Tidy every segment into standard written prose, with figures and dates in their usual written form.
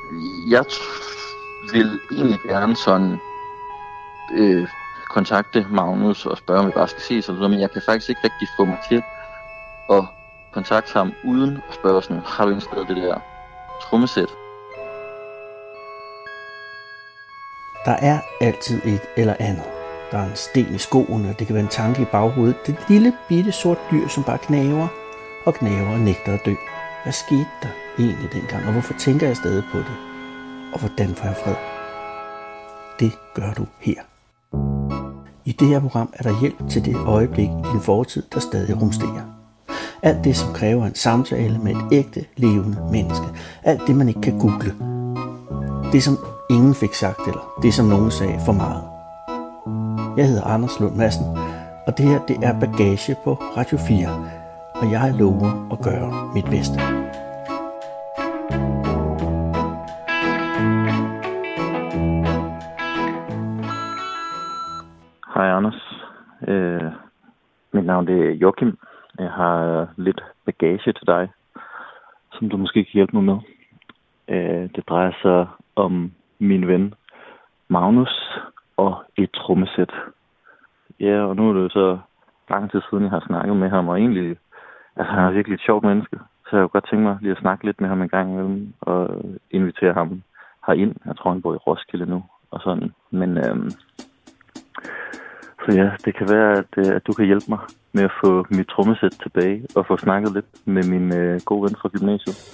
Jeg vil egentlig gerne sådan kontakte Magnus og spørge, om vi bare skal ses, men jeg kan faktisk ikke rigtig få mig til at kontakte ham uden at spørge sådan, har du indskrevet det der trommesæt? Der er altid et eller andet. Der er en sten i skoene, det kan være en tanke i baghovedet. Det lille bitte sort dyr, som bare knaver og nægter at dø. Hvad skete der egentlig dengang, og hvorfor tænker jeg stadig på det? Og hvordan får jeg fred? Det gør du her. I det her program er der hjælp til det øjeblik i din fortid, der stadig rumsterer. Alt det, som kræver en samtale med et ægte, levende menneske. Alt det, man ikke kan google. Det, som ingen fik sagt, eller det, som nogen sagde for meget. Jeg hedder Anders Lund Madsen, og det her, det er Bagage på Radio 4. Og jeg lover at gøre mit bedste. Hej Anders. Mit navn er Joachim. Jeg har lidt bagage til dig, som du måske kan hjælpe mig med. Det drejer sig om min ven Magnus og et trommesæt. Ja, og nu er det så lang tid siden, jeg har snakket med ham, og egentlig, altså han er virkelig et sjovt menneske. Så jeg kunne godt tænke mig lige at snakke lidt med ham en gang imellem, og invitere ham herind. Jeg tror, han bor i Roskilde nu, og sådan. Men så ja, det kan være, at du kan hjælpe mig med at få mit trommesæt tilbage, og få snakket lidt med min gode ven fra gymnasiet.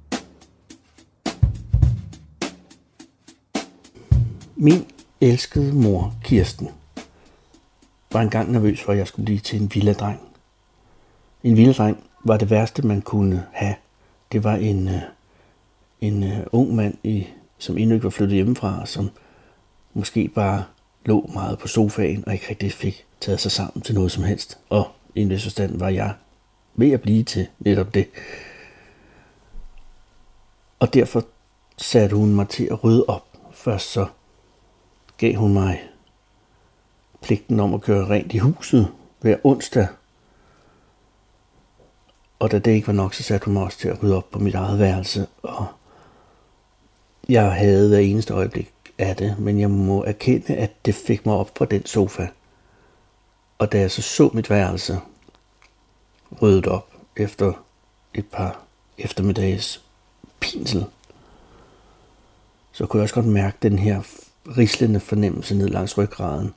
Min elskede mor, Kirsten, var engang nervøs for, at jeg skulle blive til en villadreng. En villadreng var det værste, man kunne have. Det var en ung mand, som endnu ikke var flyttet hjemmefra, som måske bare lå meget på sofaen og ikke rigtig fik taget sig sammen til noget som helst. Og i en vis forstand var jeg ved at blive til netop det. Og derfor satte hun mig til at rydde op. Først så gav hun mig pligten om at gøre rent i huset hver onsdag. Og da det ikke var nok, så satte hun mig også til at rydde op på mit eget værelse. Og jeg havde hver eneste øjeblik af det, men jeg må erkende, at det fik mig op på den sofa. Og da jeg så mit værelse ryddet op efter et par eftermiddages pinsel, så kunne jeg også godt mærke den her rislende fornemmelse ned langs ryggraden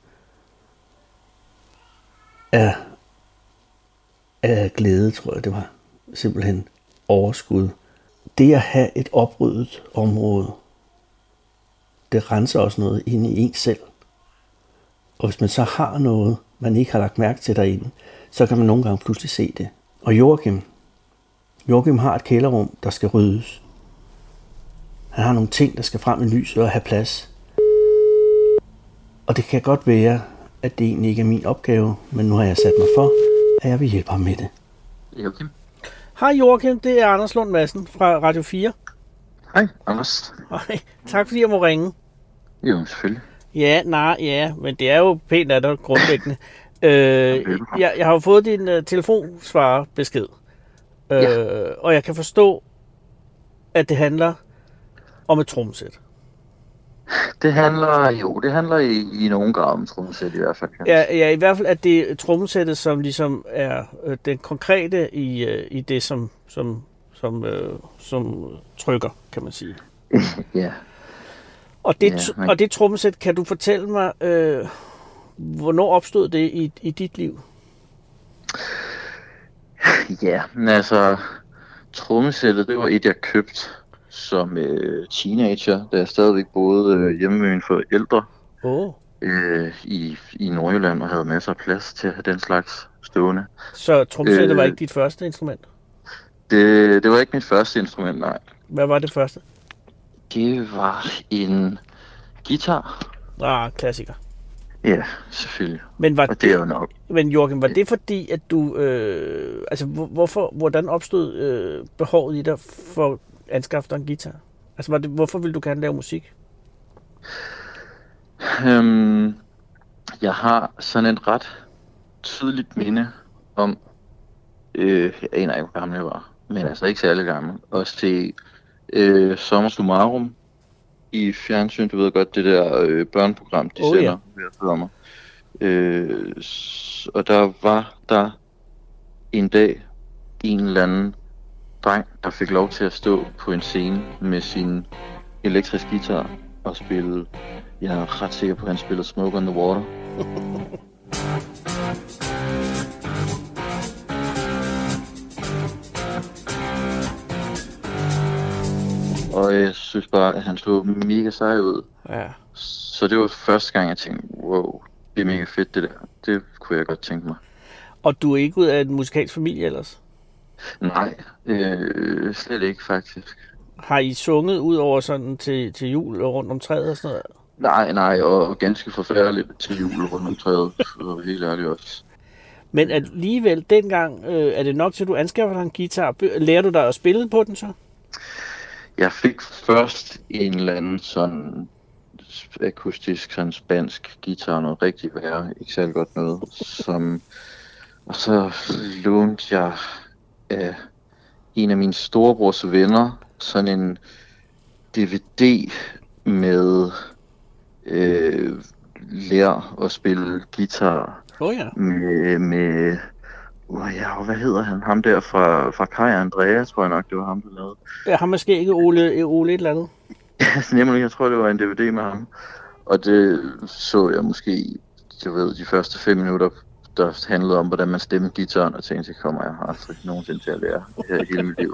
af glæde, tror jeg det var. Simpelthen overskud. Det at have et opryddet område, det renser også noget inde i en selv. Og hvis man så har noget, man ikke har lagt mærke til derinde, så kan man nogle gange pludselig se det. Og Joachim har et kælderrum, der skal ryddes. Han har nogle ting, der skal frem i lyset og have plads. Og det kan godt være, at det egentlig ikke er min opgave, men nu har jeg sat mig for, at jeg vil hjælpe ham med det. Joachim. Hej Joachim, det er Anders Lund Madsen fra Radio 4. Hej Anders. Hej, tak fordi jeg må ringe. Jo, selvfølgelig. Ja, men det er jo pænt af dig grundlæggende. Jeg har jo fået din telefonsvarebesked, og jeg kan forstå, at det handler om et trommesæt. Det handler i nogen grad om trommesæt i hvert fald. Ja, i hvert fald at det er trommesættet, som ligesom er den konkrete i det, som trykker, kan man sige. Ja. Og det trommesæt, kan du fortælle mig, hvornår opstod det i dit liv? Ja, men altså, trommesættet, det var et, jeg købte som teenager, da jeg stadigvæk boede hjemme med mine forældre i Nordjylland og havde masser af plads til den slags stående. Så trommesættet var ikke dit første instrument? Det var ikke mit første instrument, nej. Hvad var det første? Det var en guitar. Klassiker. Ja, selvfølgelig. Men var det er jo nok. Men Joachim, var det fordi, at du... hvordan opstod behovet i dig for at anskaffe dig en guitar? Altså, hvorfor ville du gerne lave musik? Jeg har sådan et ret tydeligt minde om... jeg aner ikke, hvor gammel jeg var. Men altså ikke særlig gammel. Og se Sommer Summarum i fjernsyn, du ved godt, det der børneprogram, de sender ved at føde mig. Og der var der en dag en eller anden dreng, der fik lov til at stå på en scene med sin elektrisk guitar og spille. Jeg er ret sikker på, at han spillede Smoke on the Water. Og jeg synes bare, at han så mega sej ud. Ja. Så det var første gang, jeg tænkte, wow, det er mega fedt det der. Det kunne jeg godt tænke mig. Og du er ikke ud af en musikalsk familie ellers? Nej, slet ikke faktisk. Har I sunget ud over sådan til jul og rundt om træet og sådan noget? Nej, og ganske forfærdeligt til jul rundt om træet, og helt ærligt også. Men alligevel, dengang, er det nok til, at du anskaffer dig en guitar? Lærer du dig at spille på den så? Jeg fik først en eller anden sådan akustisk, sådan spansk guitar, noget rigtig værre, ikke særlig godt noget, og så lånte jeg af en af mine storebrors venner sådan en DVD med lær at spille guitar. Med hvad hedder han? Ham der fra Kai og Andrea, tror jeg nok, det var ham, der lavede. Ja, ham måske ikke Ole et eller andet. Ja, nemlig, jeg tror, det var en DVD med ham. Og det så jeg måske, de første 5 minutter, der handlede om, hvordan man stemmer guitaren, og tænkte, så kommer jeg aldrig nogensinde til at lære det her i hele mit liv.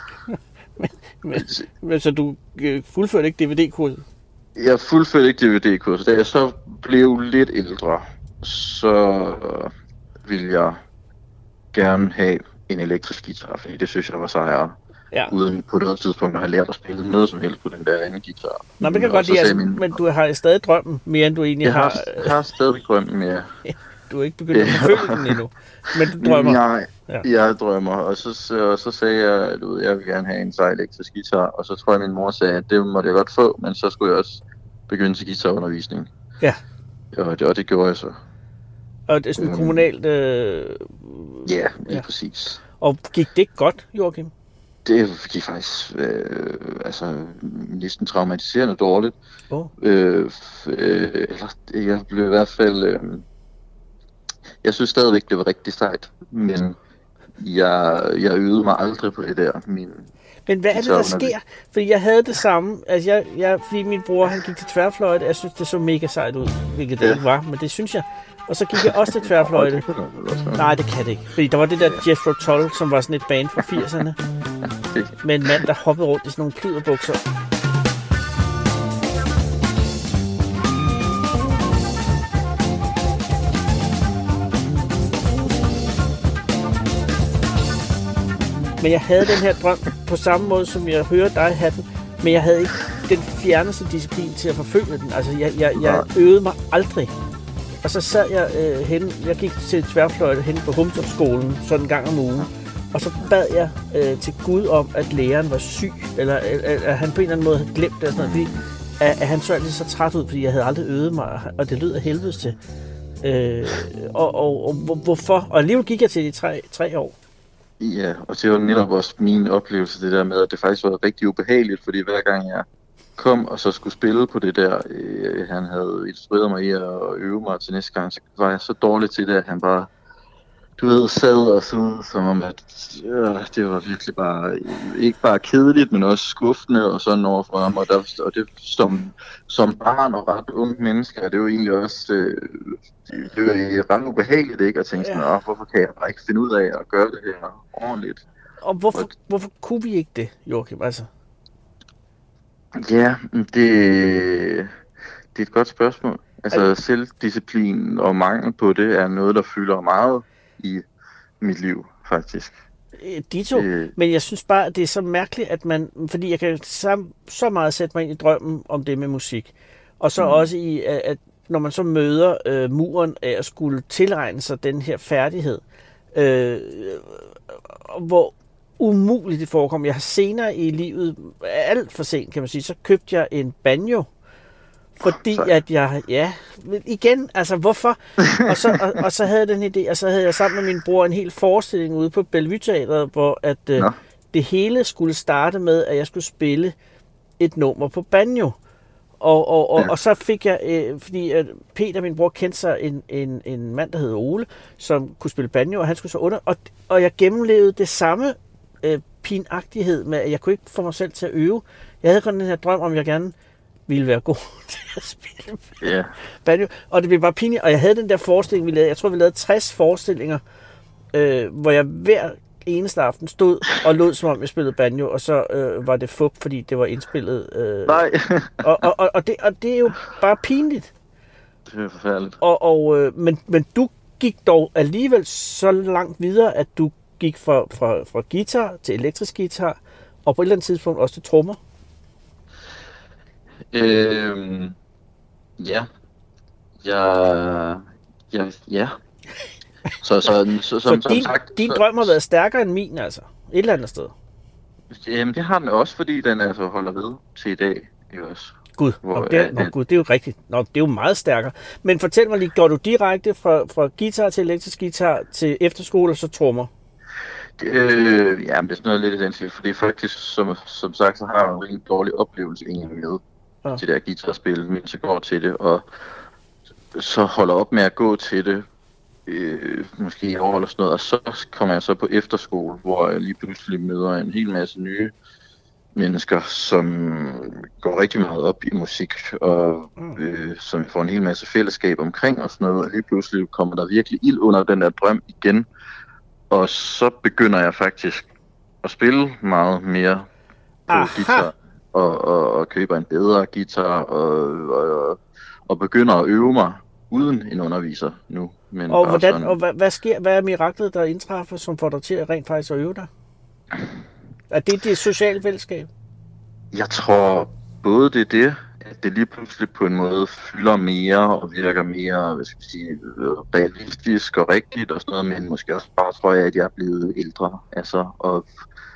Men så du fuldførte ikke DVD-kurset? Jeg fuldførte ikke DVD-kurset. Da jeg så blev lidt ældre, så ville jeg gerne have en elektrisk guitar, fordi det synes jeg var sejere. Ja. Uden på det tidspunkt at have lært at spille noget som helst på den der anden guitar. Nå, det kan godt lide, men du har stadig drømmen mere, end du egentlig har. Jeg har stadig drømmen mere. Du er ikke begyndt at forfølge den endnu, men du drømmer. Nej, jeg drømmer, og så sagde jeg, at jeg vil gerne have en sej elektrisk guitar, og så tror jeg, min mor sagde, at det måtte jeg godt få, men så skulle jeg også begynde til guitarundervisning. Ja. Og det gjorde jeg så. Og det er sådan kommunalt... Ja, lige præcis. Og gik det ikke godt, Joachim? Det gik faktisk næsten traumatiserende dårligt. Jeg blev i hvert fald... jeg synes stadigvæk, det var rigtig sejt, men jeg øvede mig aldrig på det der. Men hvad er det, der sker? Fordi jeg havde det samme. Altså fordi min bror, han gik til tværfløjte, jeg synes, det så mega sejt ud, hvilket det ikke var, men det synes jeg. Og så gik jeg også til tværfløjte. Nej, det kan det ikke. Fordi der var det der Jethro Tull, som var sådan et band fra 80'erne. Med en mand, der hoppede rundt i sådan nogle pliderbukser. Men jeg havde den her drøm på samme måde, som jeg hører dig have den. Men jeg havde ikke den fjerneste disciplin til at forfølge den. Altså, jeg øvede mig aldrig. Og så sad jeg jeg gik til tværfløjte hen på Humstrup-skolen, sådan en gang om ugen. Og så bad jeg til Gud om, at læreren var syg, eller at han på en eller anden måde havde glemt det, og sådan noget, fordi at han så altid så træt ud, fordi jeg havde aldrig øvet mig, og det lød af helvedes til. Og hvorfor? Og alligevel gik jeg til de 3 år. Ja, og det var netop også min oplevelse, det der med, at det faktisk var rigtig ubehageligt, fordi hver gang jeg kom og så skulle spille på det der, han havde instrueret mig i at øve mig til næste gang, så var jeg så dårlig til det, at han bare, du ved, sad og så som om, at det var virkelig bare, ikke bare kedeligt, men også skuffende og sådan overfor ham, og det som barn og ret unge mennesker, det var egentlig også, det var ret ubehageligt, ikke, at tænke sådan, hvorfor kan jeg bare ikke finde ud af at gøre det her ordentligt? Og hvorfor kunne vi ikke det, Joachim, altså? Ja, det er et godt spørgsmål. Altså selvdisciplin og mangel på det er noget, der fylder meget i mit liv, faktisk. Dito, men jeg synes bare, at det er så mærkeligt, at fordi jeg kan så meget sætte mig ind i drømmen om det med musik, og så også i, at når man så møder muren af at skulle tilegne sig den her færdighed, hvor umuligt det forekommer. Jeg har senere i livet, alt for sent kan man sige, så købte jeg en banjo, fordi at igen, altså hvorfor? Og så havde jeg den idé, og så havde jeg sammen med min bror en hel forestilling ude på Bellevue Teatret, hvor at det hele skulle starte med, at jeg skulle spille et nummer på banjo. Og så fik jeg, fordi Peter, min bror, kendte sig en mand, der hed Ole, som kunne spille banjo, og han skulle så under, og jeg gennemlevede det samme pinagtighed med, at jeg kunne ikke få mig selv til at øve. Jeg havde kun den her drøm om, jeg gerne ville være god til at spille banjo, og det blev bare pinligt, og jeg havde den der forestilling, vi lavede, jeg tror, vi lavede 60 forestillinger, hvor jeg hver eneste aften stod og lød, som om jeg spillede banjo, og så var det fup, fordi det var indspillet. Nej. og det er jo bare pinligt. Det er forfærdeligt. Men du gik dog alligevel så langt videre, at du gik fra guitar til elektrisk guitar, og på et eller andet tidspunkt også til trommer. Ja. Ja. Så din drøm har været stærkere end min, altså. Et eller andet sted. Jamen, det har den også, fordi den altså holder ved til i dag. Også. Gud, Gud, det er jo rigtigt. Nå, det er jo meget stærkere. Men fortæl mig lige, går du direkte fra guitar til elektrisk guitar til efterskole og så trommer? Jamen, det er sådan noget lidt i den stil, fordi faktisk, som sagt, så har jeg en rigtig dårlig oplevelse egentlig med til det her guitarspil, mens jeg går til det, og så holder op med at gå til det, måske i år eller sådan noget, og så kommer jeg så på efterskole, hvor jeg lige pludselig møder en hel masse nye mennesker, som går rigtig meget op i musik, og som får en hel masse fællesskab omkring og sådan noget, og lige pludselig kommer der virkelig ild under den der drøm igen, og så begynder jeg faktisk at spille meget mere på guitar, og køber en bedre guitar, og begynder at øve mig uden en underviser nu. Men og hvad sker? Hvad er miraklet, der indtræffer, som får dig til at rent faktisk at øve dig? Er det sociale fællesskab? Jeg tror både det er det, at det lige pludselig på en måde fylder mere og virker mere, hvad skal jeg sige, realistisk og rigtigt og sådan noget, men måske også bare tror jeg, at jeg er blevet ældre, altså, og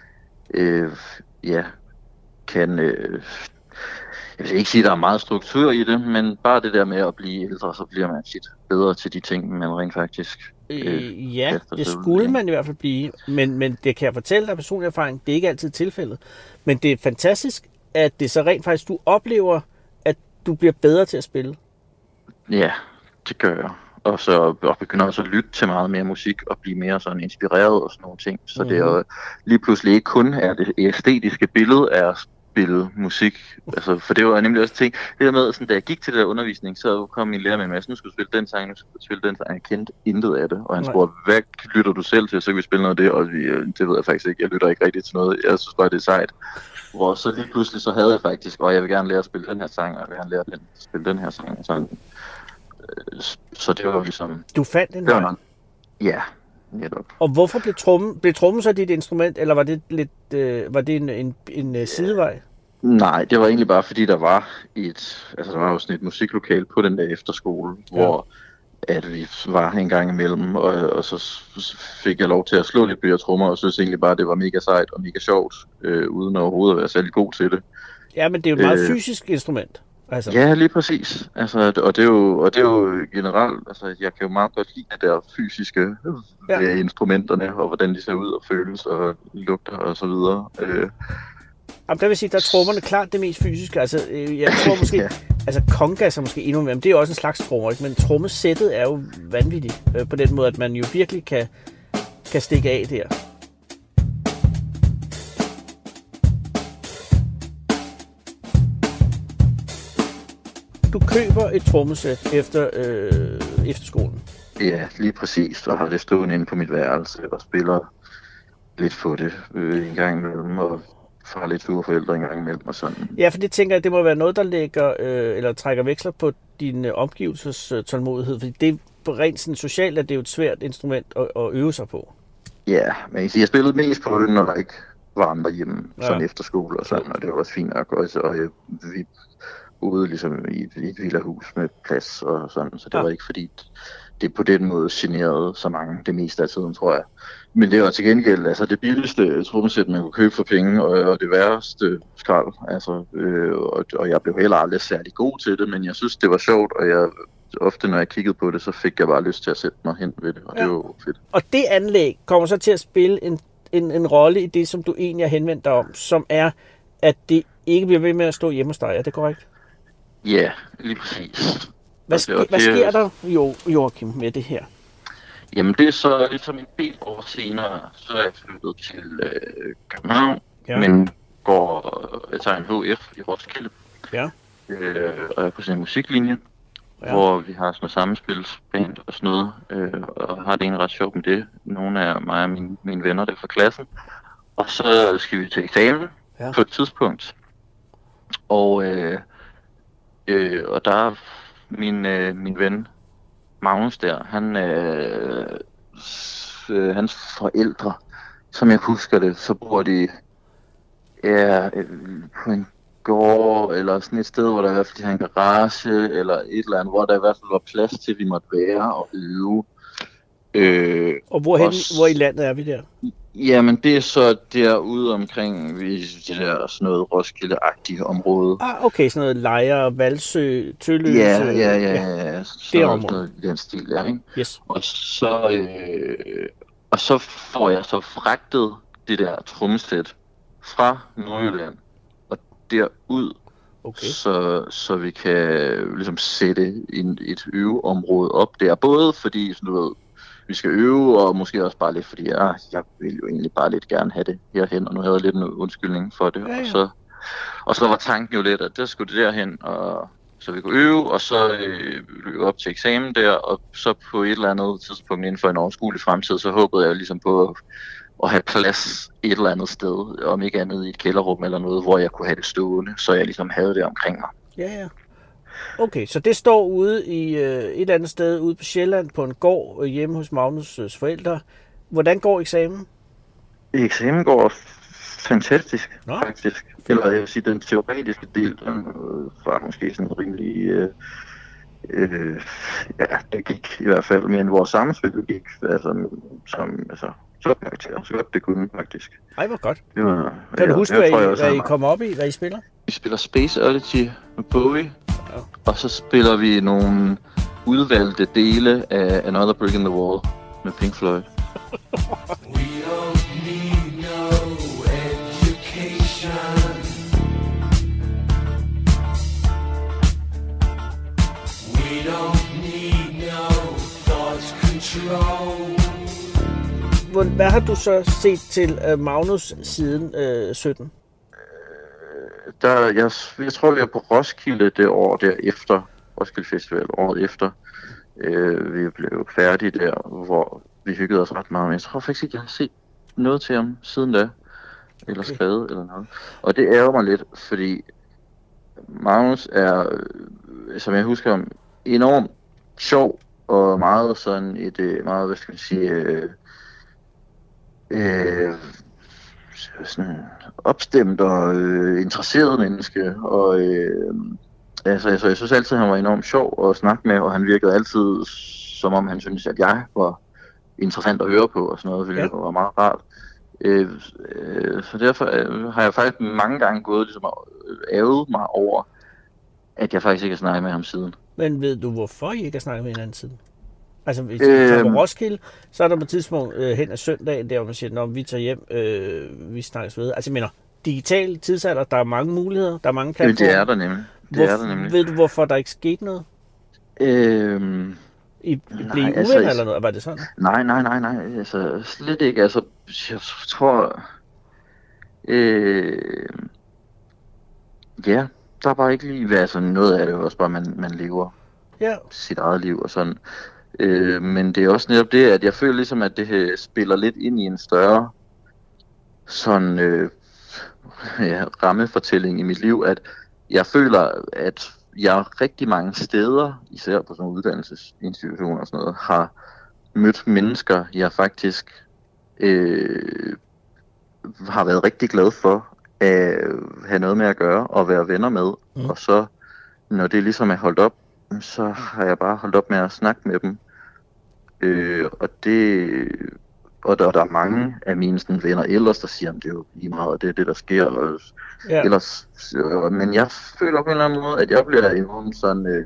kan, jeg vil ikke sige, at der er meget struktur i det, men bare det der med at blive ældre, så bliver man tit bedre til de ting, man rent faktisk det skulle man i hvert fald blive, men det kan jeg fortælle dig personlig erfaring, det er ikke altid tilfældet, men det er fantastisk, at det så rent faktisk, du oplever, at du bliver bedre til at spille. Ja, det gør jeg. Og så begynder også at lytte til meget mere musik og blive mere sådan inspireret og sådan nogle ting. Så det er jo lige pludselig ikke kun er det æstetiske billede af at spille musik. Altså, for det var nemlig også ting. Det der med, sådan, da jeg gik til det der undervisning, så kom min lærer med en masse, nu skal du spille den sang, nu skal du spille den sang. Jeg kendte intet af det. Og han spurgte, hvad lytter du selv til? Så kan vi spille noget af det, og det ved jeg faktisk ikke. Jeg lytter ikke rigtigt til noget. Jeg synes bare, det er sejt. Hvor så lige pludselig så havde jeg faktisk, og jeg vil gerne lære at spille den her sang, og jeg vil gerne lære at spille den her sang. Sådan. Så det var ligesom... Du fandt en vej? Ja, netop. Og hvorfor blev trommen så dit instrument, eller var det lidt var det en sidevej? Nej, det var egentlig bare fordi der var der var jo sådan et musiklokale på den der efterskole, hvor at vi var en gang imellem, og så fik jeg lov til at slå lidt på trommer, og synes egentlig bare, at det var mega sejt og mega sjovt, uden overhovedet at være særlig god til det. Ja, men det er jo et meget fysisk instrument. Altså. Ja, lige præcis. Altså, og det er jo generelt, altså, jeg kan jo meget godt lide det der fysiske ved instrumenterne, og hvordan de ser ud og føles og lugter og så videre. Jamen, der vil sige, der er trommerne klart det mest fysiske. Altså, jeg tror måske, altså congas er måske endnu mere, men det er jo også en slags trommer, ikke? Men trommesættet er jo vanvittigt på den måde, at man jo virkelig kan stikke af der. Du køber et trommesæt efter skolen. Ja, lige præcis. Og har det stående inde på mit værelse og spiller lidt på det en gang imellem, og får lidt forældre en gang imellem og sådan. Ja, for det tænker jeg, det må være noget, der lægger eller trækker veksler på din omgivelses tålmodighed, fordi det er rent sådan socialt, at det er jo et svært instrument at øve sig på. Ja, men jeg spillede mest på det, når der ikke var andre hjemme, sådan efter skole og sådan, og det var også fint nok også, og vi ude ligesom i et villahus med plads og sådan, så det var ikke fordi det på den måde generede så mange det meste af tiden, tror jeg. Men det var til gengæld altså det billigste trommesæt, man kunne købe for penge, og det værste skrald, altså, og jeg blev heller aldrig særlig god til det, men jeg synes, det var sjovt, og jeg ofte, når jeg kiggede på det, så fik jeg bare lyst til at sætte mig hen ved det, og det var jo fedt. Og det anlæg kommer så til at spille en rolle i det, som du egentlig har henvendt dig om, som er, at det ikke bliver ved med at stå hjemme hos dig, er det korrekt? Ja, lige præcis. Hvad sker der, Joachim, med det her? Jamen det er så ligesom en del år senere, så er jeg flyttet til København, men jeg tager en HF i Roskilde. Ja. Og jeg er på sådan en musiklinje, hvor vi har sådan noget sammenspilsband og sådan noget, og har det egentlig ret sjovt med det. Nogle af mig og mine venner der fra klassen. Og så skal vi til eksamen på et tidspunkt. Og der er min ven Magnus der, hans forældre, som jeg husker det, så bor de på en gård, eller sådan et sted, hvor der i hvert fald har en garage, eller et eller andet, hvor der i hvert fald var plads til, at vi måtte være og øve. Og hvor i landet er vi der? Jamen, det er så derude omkring det der sådan noget Roskilde-agtige område. Okay, sådan noget Lejre, Valsø, Tølløse. Ja. Det område. Noget i den stil, ja, ikke? Yes. Og så får jeg så fragtet det der trommesæt fra Nordjylland og derud, så vi kan ligesom sætte et øveområde op der. Både fordi, sådan du ved, vi skal øve, og måske også bare lidt, fordi jeg vil jo egentlig bare lidt gerne have det herhen, og nu havde jeg lidt en undskyldning for det. Ja. Og så var tanken jo lidt, at der skulle det derhen, og så vi kunne øve, og så løbe op til eksamen der, og så på et eller andet tidspunkt inden for en overskuelig fremtid, så håbede jeg ligesom på at have plads et eller andet sted, om ikke andet i et kælderrum eller noget, hvor jeg kunne have det stående, så jeg ligesom havde det omkring mig. Ja. Okay, så det står ude i et eller andet sted ude på Sjælland på en gård hjemme hos Magnus' forældre. Hvordan går eksamen? Eksamen går fantastisk, faktisk. Eller jeg vil sige, den teoretiske del, den var måske sådan rimelig... det gik i hvert fald, men vores sammenspil gik så karakter, så godt det kunne faktisk. Ej, hvor godt. Kan du huske, hvad I kommer op i, hvad I spiller? Vi spiller Space Oddity med Bowie, og så spiller vi nogle udvalgte dele af Another Brick in the Wall med Pink Floyd. We don't need no education. We don't need no thought control. Hvad har du så set til Magnus siden 17? Jeg tror, vi er på Roskilde det år derefter. Roskilde Festival året efter. Vi blev færdige der, hvor vi hyggede os ret meget. Men jeg tror faktisk ikke, jeg har set noget til ham siden da. Eller skrevet eller noget. Og det ærger mig lidt, fordi Magnus er, som jeg husker ham, enormt sjov og meget sådan et meget, hvad skal man sige... sådan opstemt og interesseret menneske, og jeg synes altid, han var enormt sjov at snakke med, og han virkede altid, som om han syntes, at jeg var interessant at høre på, og sådan noget, hvilket var meget rart. Så derfor har jeg faktisk mange gange gået ligesom og ærget mig over, at jeg faktisk ikke har snakket med ham siden. Men ved du, hvorfor I ikke har snakket med hinanden siden? Altså, hvis vi tager på Roskilde, så er der på et tidspunkt hen ad søndagen, der hvor man siger, når vi tager hjem, vi snakkes ved. Altså, jeg mener, digital tidsalder, der er mange muligheder, der er mange platformer. Det er der nemlig. Ved du, hvorfor der ikke skete noget? I blev uvenner eller noget? Var det sådan? Nej. Altså, slet ikke. Altså, jeg tror... der er bare ikke lige været sådan noget af det, også bare, man lever sit eget liv og sådan. Men det er også netop det, at jeg føler ligesom, at det spiller lidt ind i en større sådan rammefortælling i mit liv, at jeg føler, at jeg rigtig mange steder, især på sådan nogle uddannelsesinstitutioner og sådan noget, har mødt mennesker, jeg faktisk har været rigtig glad for at have noget med at gøre og være venner med. Og så, når det ligesom er holdt op, så har jeg bare holdt op med at snakke med dem. Og der er mange af mine sådan, venner ellers, der siger, at det er jo lige meget, og det er det, der sker. Og, ellers, men jeg føler på en eller anden måde, at jeg bliver enormt sådan,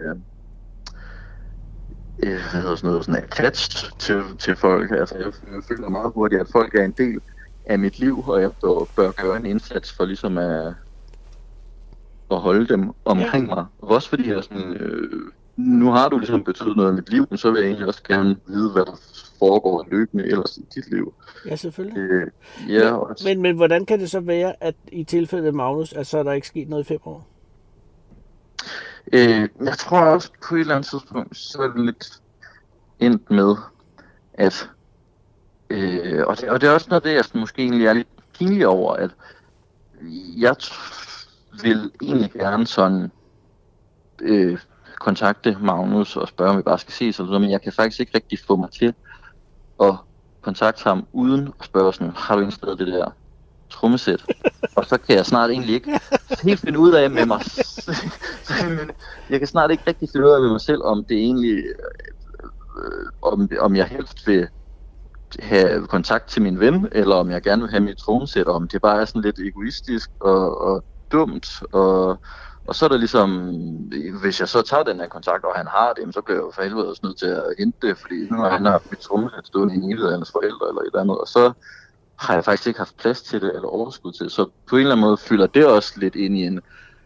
sådan attached til folk. Altså, jeg føler meget hurtigt, at folk er en del af mit liv, og jeg bør gøre en indsats for ligesom at at holde dem omkring mig. Også fordi jeg sådan, nu har du ligesom betydet noget i mit liv, men så vil jeg egentlig også gerne vide, hvad der foregår løbende ellers i dit liv. Ja, selvfølgelig. Ja, men hvordan kan det så være, at i tilfældet Magnus, at så er der ikke sket noget i 5 år? Jeg tror også på et eller andet tidspunkt, så er det lidt endt med, at og det er også noget af det, jeg måske egentlig er lidt pinlig over, at jeg vil egentlig gerne sådan kontakte Magnus og spørge, om vi bare skal ses, men jeg kan faktisk ikke rigtig få mig til at kontakte ham uden at spørge sådan, har du indstedet det der trommesæt? Og så kan jeg snart egentlig ikke helt finde ud af med mig. Jeg kan snart ikke rigtig finde ud af med mig selv, om det egentlig, om jeg helst vil have kontakt til min ven, eller om jeg gerne vil have mit trommesæt, og om det bare er sådan lidt egoistisk og dumt, og så er det ligesom, hvis jeg så tager den her kontakt, og han har det, så bliver jeg jo for helvede også nødt til at hente det, fordi nu har han haft mit trommesæt stående i en af hans forældre eller et eller andet, og så har jeg faktisk ikke haft plads til det, eller overskud til det. Så på en eller anden måde fylder det også lidt ind i en,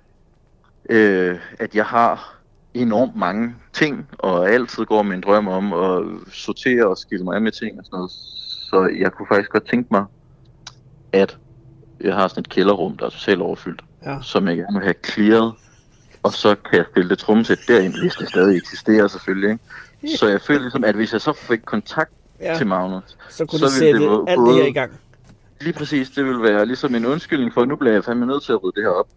at jeg har enormt mange ting, og altid går med en drøm om at sortere og skille mig af med ting og sådan noget. Så jeg kunne faktisk godt tænke mig, at jeg har sådan et kælderrum, der er totalt overfyldt, som jeg gerne vil have clearet, og så kan jeg stille det trommesæt derind, hvis det stadig eksisterer selvfølgelig, ikke? Så jeg føler ligesom, at hvis jeg så fik kontakt til Magnus, så kunne du sætte alt det her i gang. Lige præcis, det vil være ligesom en undskyldning for, at nu bliver jeg fandme nødt til at rydde det her op.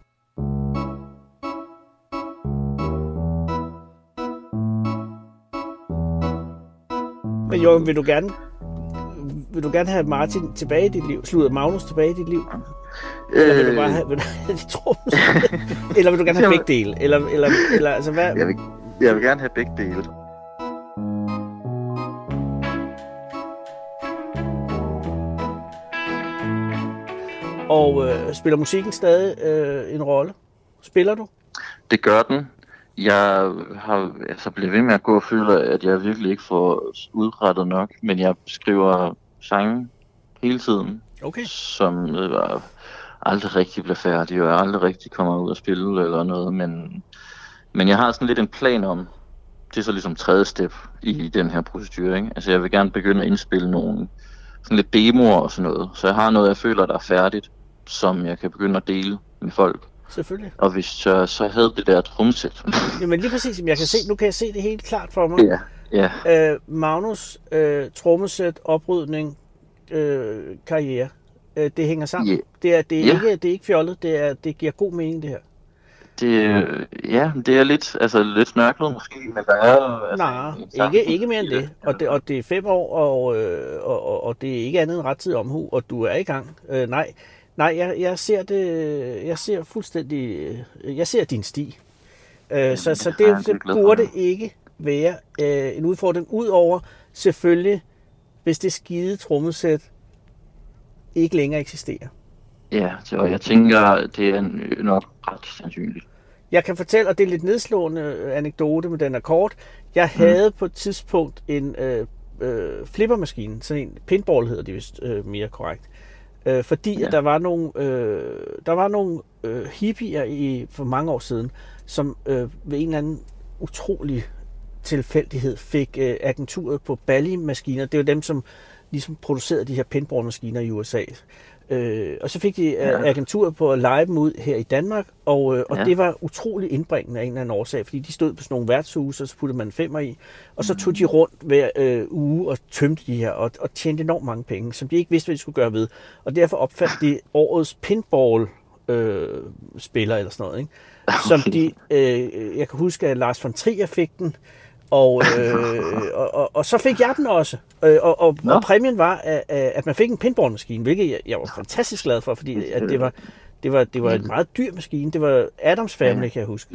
Men Joachim, vil du gerne have Martin tilbage i dit liv? Slutter Magnus tilbage i dit liv? Eller vil du bare have de trommesæt? Eller vil du gerne have begge dele? Eller altså hvad? Jeg vil gerne have begge dele. Og spiller musikken stadig en rolle? Spiller du? Det gør den. Jeg har blevet ved med at gå og føle, at jeg virkelig ikke får udrettet nok, men jeg skriver sange hele tiden, som aldrig rigtig bliver færdige, og jeg aldrig rigtig kommer ud og spille eller noget, men jeg har sådan lidt en plan om, det er så ligesom 3. step i den her procedure, ikke? Altså jeg vil gerne begynde at indspille nogle sådan lidt demoer og sådan noget, så jeg har noget, jeg føler, der er færdigt, som jeg kan begynde at dele med folk. Selvfølgelig. Og hvis jeg så havde det der trommesæt. Jamen lige præcis, nu kan jeg se det helt klart for mig. Ja. Magnus, trommesæt, oprydning, karriere, det hænger sammen. Yeah. Det er ikke fjollet, det giver god mening det her. Det er lidt snørklet måske, men der er... Nej, ikke mere end det. Og det er 5 år, og det er ikke andet end rettidig omhu, og du er i gang. Nej, jeg ser det. Jeg ser fuldstændig. Jeg ser din sti. Så det burde ikke være en udfordring. Udover selvfølgelig, hvis det skide trommesæt ikke længere eksisterer. Ja, og jeg tænker, det er nok ret sandsynligt. Jeg kan fortælle, og det er lidt nedslående anekdote med den akkord. Jeg havde på et tidspunkt en flippermaskine, sådan en pinball hedder det vist mere korrekt. Fordi at der var nogle hippier for mange år siden, som ved en eller anden utrolig tilfældighed fik agenturet på Bally-maskiner. Det var dem, som ligesom producerede de her pinball-maskiner i USA. Og så fik de agenturet på at lege dem ud her i Danmark, og det var utrolig indbringende af en eller anden årsag, fordi de stod på sådan nogle værtshuse, og så puttede man 5'er i, og så tog de rundt hver uge og tømte de her, og tjente enormt mange penge, som de ikke vidste, hvad de skulle gøre ved. Og derfor opfandt de årets pinball-spiller eller sådan noget, ikke? Som de, jeg kan huske, at Lars von Trier fik den, og så fik jeg den også. Og præmien var, at man fik en pinballmaskine, hvilket jeg var fantastisk glad for, fordi at det var en meget dyr maskine. Det var Adams Family, kan jeg huske.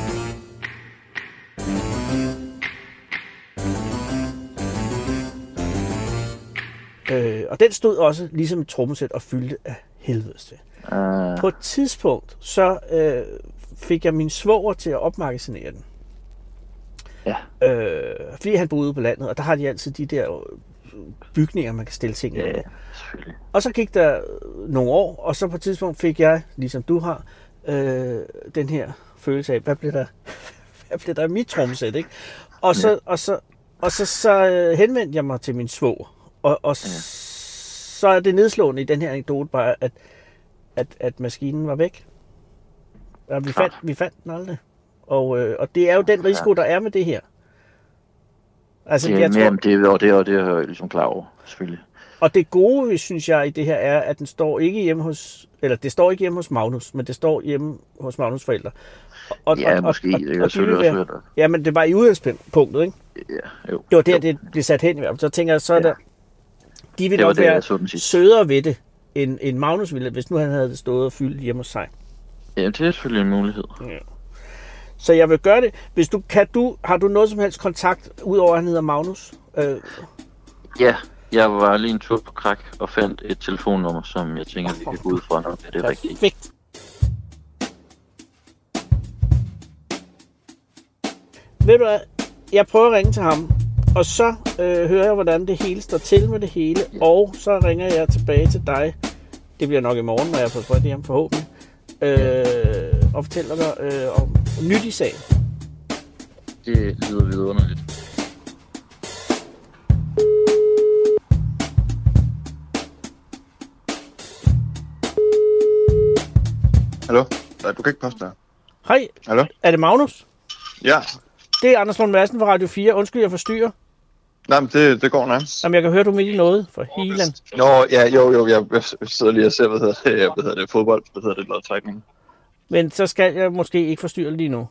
Og den stod også ligesom et trommesæt og fyldte af helvedes til. På et tidspunkt, så fik jeg min svoger til at opmagasinere den. Ja. Fordi han boede på landet, og der har de altid de der bygninger, man kan stille ting i. Ja, selvfølgelig. Og så gik der nogle år, og så på et tidspunkt fik jeg, ligesom du har, den her følelse af, hvad blev der af mit trommesæt, ikke? Og så henvendte jeg mig til min svoger, og så er det nedslående i den her anekdote bare, at maskinen var væk. Ja, vi fandt den aldrig. Og det er jo den risiko, der er med det her. Altså, det er jeg ligesom klar over, selvfølgelig. Og det gode, synes jeg, i det her er, at den står ikke hjemme hos, eller det står ikke hjemme hos Magnus, men det står hjemme hos Magnus' forældre. Måske. Det er selvfølgelig også. Ja, men det var i udgangspunktet, ikke? Ja, jo. Det var der, det blev sat hen i hvert fald. Så tænker jeg, så er der... De ville nok være sødere ved det, end Magnus ville, hvis nu han havde stået og fyldt hjemme hos sig. Ja, det er selvfølgelig en mulighed. Ja. Så jeg vil gøre det. Hvis har du noget som helst kontakt, udover at han hedder Magnus? Ja, jeg var lige en tur på Krak og fandt et telefonnummer, som jeg tænker, vi kan gå ud fra, når det er rigtigt. Perfekt. Ved du hvad? Jeg prøver at ringe til ham, og så hører jeg, hvordan det hele står til med det hele, og så ringer jeg tilbage til dig. Det bliver nok i morgen, når jeg får fået det hjem forhåbentlig. Og fortæller dig om nyt i sagen. Det lyder vidunderligt. Hallo? Nej, du kan ikke poste der. Hej. Hallo? Er det Magnus? Ja. Det er Anders Lund Madsen fra Radio 4. Undskyld, jeg forstyrrer. Nej, men det går nok. Jamen, jeg kan høre, du er midt i noget for Helan. Nå, ja, jo, jeg sidder lige og ser, hvad hedder det, fodbold, lodtrækning. Men så skal jeg måske ikke forstyrre lige nu.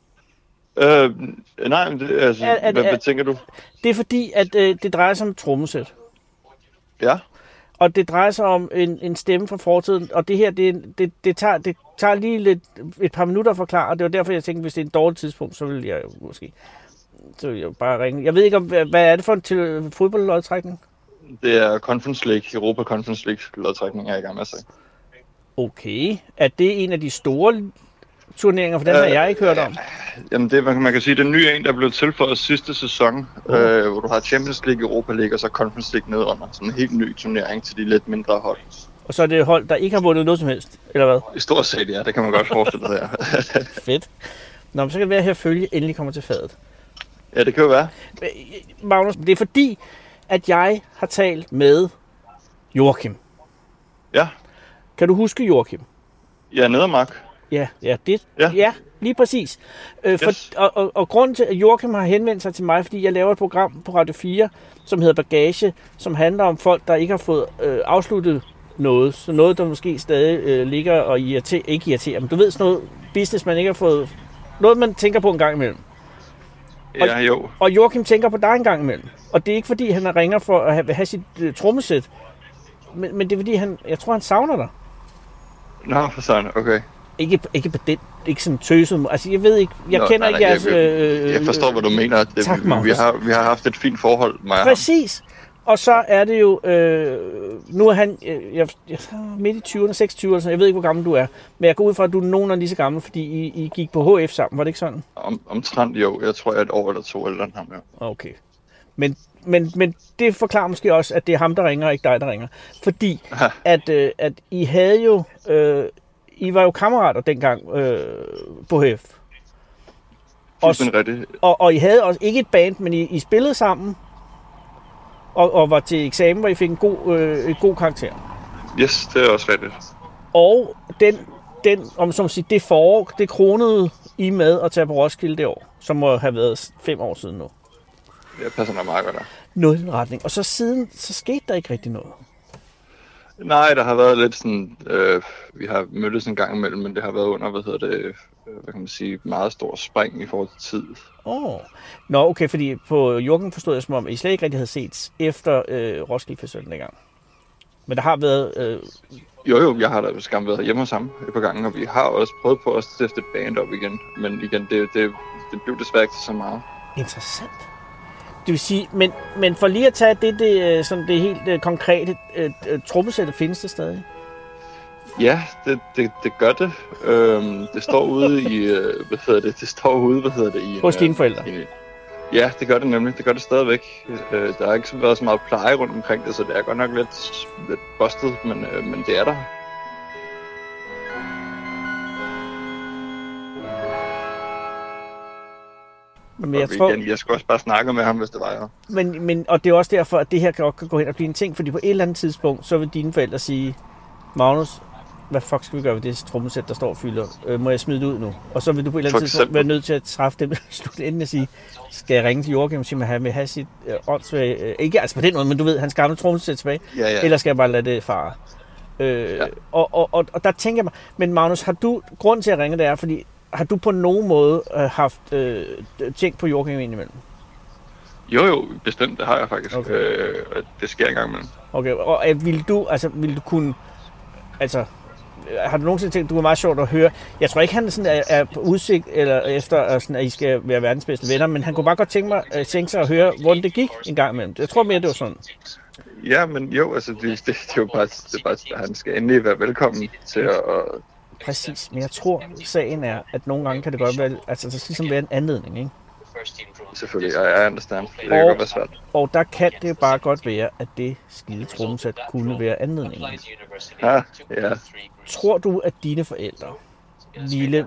Nej, men det, altså, hvad tænker du? Det er fordi, at det drejer sig om et trommesæt. Ja. Og det drejer sig om en stemme fra fortiden, og det her, det tager lige et par minutter at forklare, og det var derfor, jeg tænkte, hvis det er et dårligt tidspunkt, så vil jeg så vil jeg bare ringe. Jeg ved ikke, hvad er det for en fodboldlodtrækning? Det er Conference League, Europa Conference League lodtrækning, jeg er i gang med at sige. Okay. Er det en af de store turneringer, for den har jeg ikke hørt om? Jamen, det, man kan sige, det er en ny en, der blev tilføjet sidste sæson, hvor du har Champions League, Europa League og så Conference League nedenunder. Sådan en helt ny turnering til de lidt mindre hold. Og så er det hold, der ikke har vundet noget som helst, eller hvad? I stort set, ja. Det kan man godt forestille sig, ja. Fedt. Nå, men så kan det være, at her følge endelig kommer til fadet. Ja, det kan jo være. Magnus, det er fordi, at jeg har talt med Joachim. Ja. Kan du huske Joachim? Ja, Nedermark. Ja, lige præcis. Yes. Og grunden til, at Joachim har henvendt sig til mig, fordi jeg laver et program på Radio 4, som hedder Bagage, som handler om folk, der ikke har fået afsluttet noget. Så noget, der måske stadig ligger og ikke irriterer. Men du ved sådan noget business, man ikke har fået... Noget, man tænker på en gang imellem. Ja, jo. Og Joachim tænker på dig en gang imellem. Og det er ikke fordi, han ringer for at have sit trommesæt. Men det er fordi, jeg tror, han savner dig. Nå, for sådan, okay. Ikke på den, ikke sådan tøset. Altså, jeg ved ikke, jeg kender ikke jeres... Jeg forstår, hvad du mener. Tak, vi har haft et fint forhold, mig og præcis. Og så er det jo... nu er han... Jeg midt i 20'erne, 26'erne, så jeg ved ikke, hvor gammel du er. Men jeg går ud fra, at du er nogenlunde lige så gammel, fordi I gik på HF sammen. Var det ikke sådan? Omtrent jo. Jeg tror, jeg er et år eller to ældre end ham, ja. Okay. Men det forklarer måske også, at det er ham, der ringer, og ikke dig, der ringer. Fordi at I havde jo... I var jo kammerater dengang på HF. Og I havde også ikke et band, men I spillede sammen. Og var til eksamen, hvor I fik en god karakter. Yes, det er også rigtigt. Og det forår, det kronede I med at tage på Roskilde det år, som må have været 5 år siden nu. Det passer nok meget godt der. Noget i den retning. Og så siden, så skete der ikke rigtig noget. Nej, der har været lidt sådan, vi har mødtes en gang imellem, men det har været under, hvad kan man sige, meget stor spring i forhold til tid. Nå, okay, fordi på Joachim forstod jeg som om, I slet ikke rigtig havde set efter Roskilde Festivalen dengang. Men der har været... Jo, jeg har da skam været hjemme hos ham et par gange, og vi har også prøvet på at stifte et band op igen. Men igen, det blev desværre ikke så meget. Interessant. Det vil sige, men for lige at tage det helt konkrete, trommesættet, findes det stadig? Ja, det gør det. Det står ude i, i... Hos dine forældre? Ja, det gør det nemlig. Det gør det stadigvæk. Der har ikke været så meget pleje rundt omkring det, så det er godt nok lidt bustet, men det er der. Men jeg tror... Jeg skulle også bare snakke med ham, hvis det var jeg. Men, og det er også derfor, at det her kan gå hen og blive en ting, fordi på et eller andet tidspunkt, så vil dine forældre sige, Magnus, hvad fuck skal vi gøre ved det trommesæt, der står og fylder? Må jeg smide det ud nu? Og så vil du på et eller andet tidspunkt være nødt til at træffe det slutningen og sige, skal jeg ringe til Joachim og sige, at han vil have sit åndssvage... ikke altså på den måde, men du ved, hans gamle trommesæt tilbage. Ja. Eller skal jeg bare lade det fare? Ja. Og der tænker jeg mig, men Magnus, har du grund til at ringe det er, fordi har du på nogen måde haft tænkt på Joachim indimellem? Jo, bestemt, det har jeg faktisk. Okay. Det sker engang imellem. Okay, og vil du kunne, altså, har du nogensinde tænkt, du er meget sjovt at høre, jeg tror ikke, han sådan er på udsigt, eller efter, sådan, at I skal være verdens bedste venner, men han kunne bare godt tænke sig at høre, hvordan det gik en gang imellem. Jeg tror mere, det var sådan. Ja, men jo, altså, det er jo bare, han skal endelig være velkommen til at... Præcis, men jeg tror, sagen er, at nogle gange kan det godt være, altså der skal ligesom være en anledning, ikke? Selvfølgelig, jeg understand. Det kan godt være svært. Og der kan det bare godt være, at det skide trommesæt kunne være anledningen. Ja. Tror du, at dine forældre ville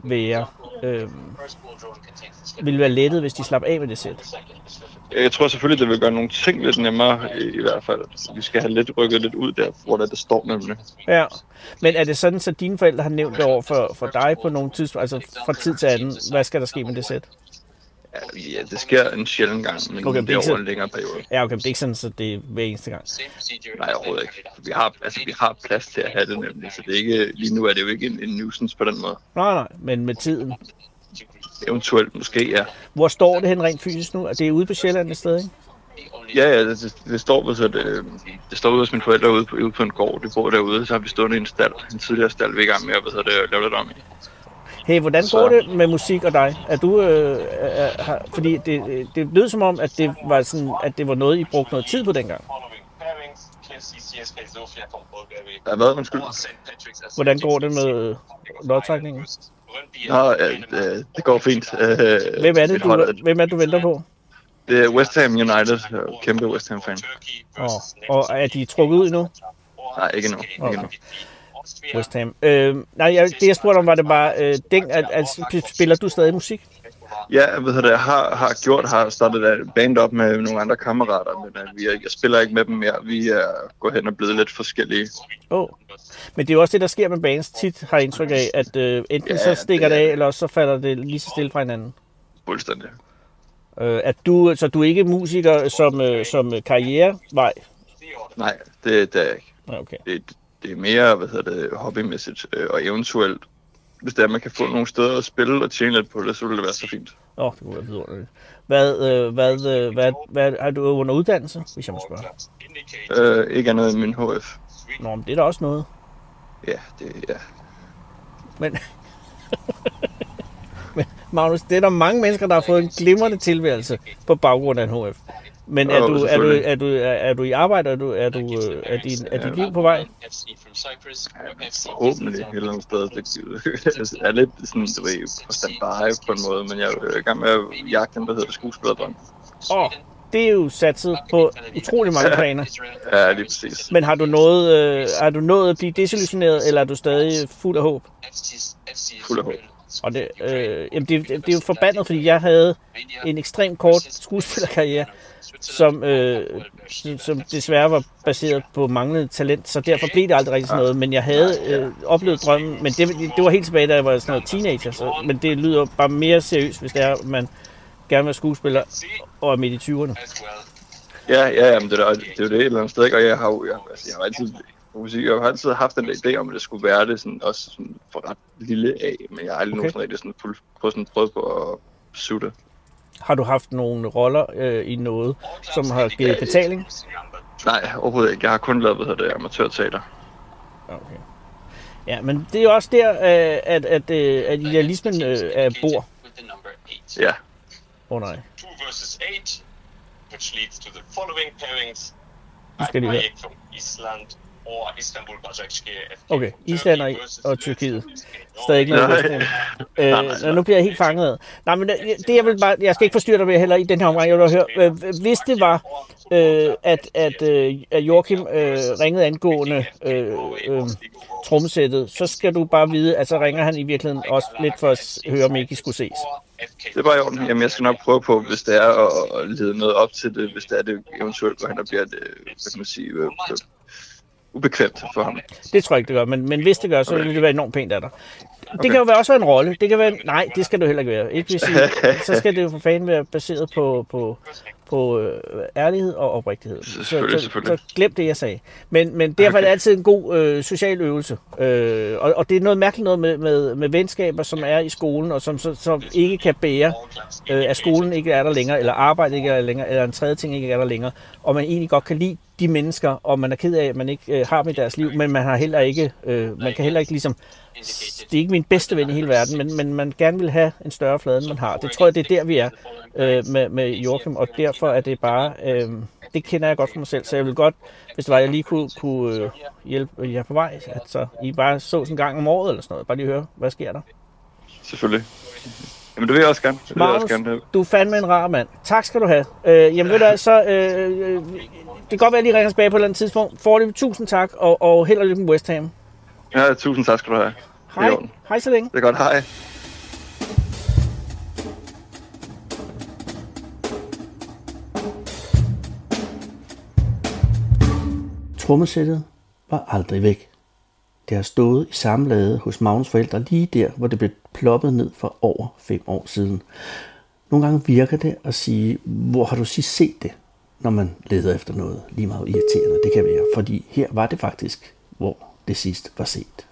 være lettet, hvis de slap af med det sæt? Jeg tror selvfølgelig, det vil gøre nogle ting lidt nemmere, i hvert fald. Vi skal have rykket lidt ud der, hvor det står nemlig. Ja, men er det sådan, så dine forældre har nævnt det over for dig på nogle tidspunkt, altså fra tid til anden, hvad skal der ske med det sæt? Ja, det sker en sjældent gang, men okay, det er over en længere periode. Ja, okay, men det er ikke sådan, så det er hver eneste gang. Nej, overhovedet ikke. Vi har plads til at have det nemlig, så det er ikke, lige nu er det jo ikke en nuisance på den måde. Nej, men med tiden. Eventuelt måske, ja. Hvor står det hen rent fysisk nu? Er det ude på Sjælland et sted, ikke? Ja, det står så det står ude hos mine forældre ude på en gård. De bor derude, så har vi stået i en tidligere stald, vi er i gang med at lave det om i. Hey, hvordan går det med musik og dig? Er du, fordi det lød som om, at det var sådan, at det var noget, I brugte noget tid på dengang. Hvad, undskyld? Hvordan går det med lodtrækningen? Det går fint. Hvem er du venter på? Det er West Ham United, kæmpe West Ham fan. Og er de trukket ud nu? Nej, ikke endnu. Okay. West Ham. Det jeg spurgte om, var det bare, spiller du stadig musik? Ja, jeg har startet et band op med nogle andre kammerater, men jeg spiller ikke med dem mere. Vi er gået hen og blevet lidt forskellige. Men det er jo også det, der sker med bands tit, har indtryk af, at enten så stikker det af, eller også så falder det lige så stille fra hinanden. Fuldstændig. Så du er ikke musiker som karrierevej? Nej, det er jeg ikke. Okay. Det er mere, hobbymæssigt, og eventuelt, hvis det er, man kan få nogle steder at spille og tjene lidt på det, så vil det være så fint. Det kunne være vidunderligt. Hvad har du under uddannelse, hvis jeg må spørge? Ikke andet end min HF. Nå, men det er da også noget. Ja. Men Magnus, det er der mange mennesker, der har fået en glimrende tilværelse på baggrund af en HF. Men er du i arbejde? Er dit liv på vej? Forhåbentlig et eller andet sted. Det er lidt sådan, på standby på en måde, men jeg er i gang med at jagte den, der hedder skuespillerbånd. Det er jo satset på utrolig mange planer. Ja, lige præcis. Men har du nået at blive desillusioneret, eller er du stadig fuld af håb? Fuld af håb. Og det er jo forbandet, fordi jeg havde en ekstremt kort skuespillerkarriere, som desværre var baseret på manglende talent, så derfor blev det aldrig rigtig sådan noget. Men jeg havde oplevet drømmen, men det var helt tilbage, da jeg var sådan noget teenager. Men det lyder bare mere seriøst, hvis det er, at man gerne vil være skuespiller og er midt i 20'erne. Ja, men det er jo det et eller andet sted, og jeg har altid haft en idé om, at det skulle være det sådan, også sådan for ret lille af, men jeg har aldrig nogensinde rigtig sådan prøvet på at suge det. Har du haft nogle roller i noget, som har givet betaling? Nej, overhovedet ikke. Jeg har kun lavet amatørteater. Okay. Ja, men det er jo også der, at idealismen bor. Ja. Nej. Nu skal de høre. Okay, Island og Tyrkiet. Stadig ikke noget West Ham. Nu bliver jeg helt fanget af. Nej, men det jeg skal ikke forstyrre dig med heller i den her omgang. Jeg vil høre, hvis det var, at Joachim ringede angående trommesættet, så skal du bare vide, at så ringer han i virkeligheden også lidt for at høre, om ikke I skulle ses. Det er bare i orden. Jamen, jeg skal nok prøve på, hvis det er at lede noget op til det, hvis det er det eventuelt går hen og bliver det, hvad kan man sige, ubekvemt for ham. Det tror jeg ikke, det gør, men hvis det gør, så vil det være enormt pænt af dig. Det kan jo også være en rolle. Det kan være nej, det skal du heller ikke være. Ikke hvis så skal det jo for fanden være baseret på ærlighed og oprigtighed. Så glem det, jeg sagde. Men derfor er det altid en god social øvelse. Og det er noget mærkeligt noget med venskaber, som er i skolen, og som ikke kan bære, at skolen ikke er der længere, eller arbejdet ikke er der længere, eller en tredje ting ikke er der længere, og man egentlig godt kan lide de mennesker, og man er ked af, at man ikke har dem i deres liv, men man har heller ikke, man kan heller ikke ligesom, det er ikke min bedste ven i hele verden, men man gerne vil have en større flade, end man har. Det tror jeg, det er der, vi er med Joachim, og derfor er det bare, det kender jeg godt for mig selv, så jeg vil godt, hvis det var, jeg lige kunne hjælpe jer på vej, at så I bare så en gang om året eller sådan noget, bare lige høre, hvad sker der? Selvfølgelig. Jamen, det vil jeg også gerne. Magnus, du er fandme en rar mand. Tak skal du have. Jamen ved du, så det kan godt være, at jeg lige ringer tilbage på et eller andet tidspunkt. Foreløbig, tusind tak, og held og lykke med West Ham. Ja, tusind tak skal du have. Hej. Hej så længe. Det er godt, hej. Trommesættet var aldrig væk. Det har stået i samme lade hos Magnus' forældre lige der, hvor det blev ploppet ned for over 5 år siden. Nogle gange virker det at sige, hvor har du sidst set det, når man leder efter noget lige meget irriterende. Det kan være, fordi her var det faktisk, hvor det sidst var set.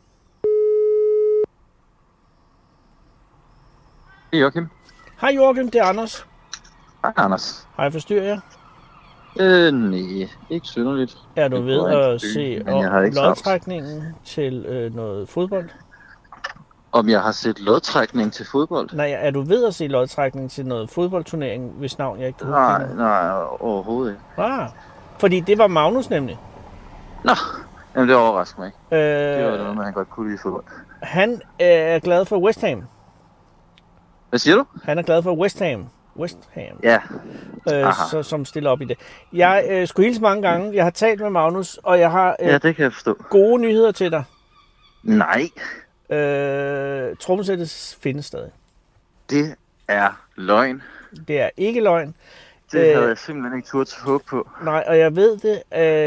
Hej Joachim. Hej Joachim, det er Anders. Hej Anders. Hej, forstyrrer jeg? Nej, ikke synderligt. Er du ved at se lodtrækningen til noget fodbold? Om jeg har set lodtrækning til fodbold? Nej, er du ved at se lodtrækning til noget fodboldturnering, hvis navn jeg ikke kan huske? Nej, overhovedet ikke. Fordi det var Magnus nemlig. Nå, jamen det overrasker mig ikke. Det var noget, han godt kunne lide fodbold. Han er glad for West Ham. Hvad siger du? Han er glad for West Ham. West Ham. Ja. Som stiller op i det. Jeg skulle hilse mange gange. Jeg har talt med Magnus, og jeg har ja, det kan jeg forstå. Gode nyheder til dig. Nej. Trommesættet findes stadig. Det er løgn. Det er ikke løgn. Det havde jeg simpelthen ikke turde håbe på. Nej, og jeg ved det,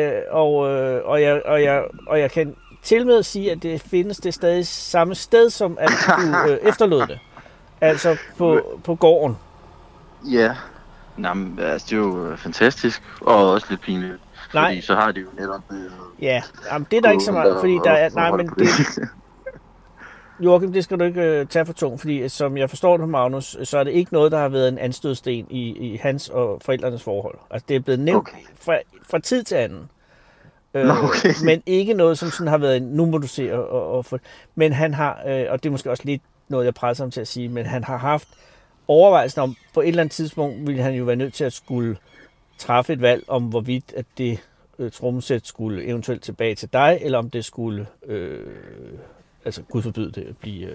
og jeg kan til med at sige, at det findes det stadig samme sted, som at du efterlod det. Altså på gården. Ja, jamen, altså, det er jo fantastisk, og også lidt pinligt. Nej. Fordi så har de jo netop... Ja, jamen, det er der ikke så meget, fordi der er... Nej, men det... Joachim, det skal du ikke tage for tungt, fordi som jeg forstår det på Magnus, så er det ikke noget, der har været en anstødsten i hans og forældrenes forhold. Altså, det er blevet nævnt fra tid til anden. Okay. Men ikke noget, som sådan har været, nu må du se, men han har, og det er måske også lidt noget, jeg presser ham til at sige, men han har haft overvejelsen om, på et eller andet tidspunkt ville han jo være nødt til at skulle træffe et valg om, hvorvidt at det trommesæt skulle eventuelt tilbage til dig, eller om det skulle, altså Gud forbyde det, blive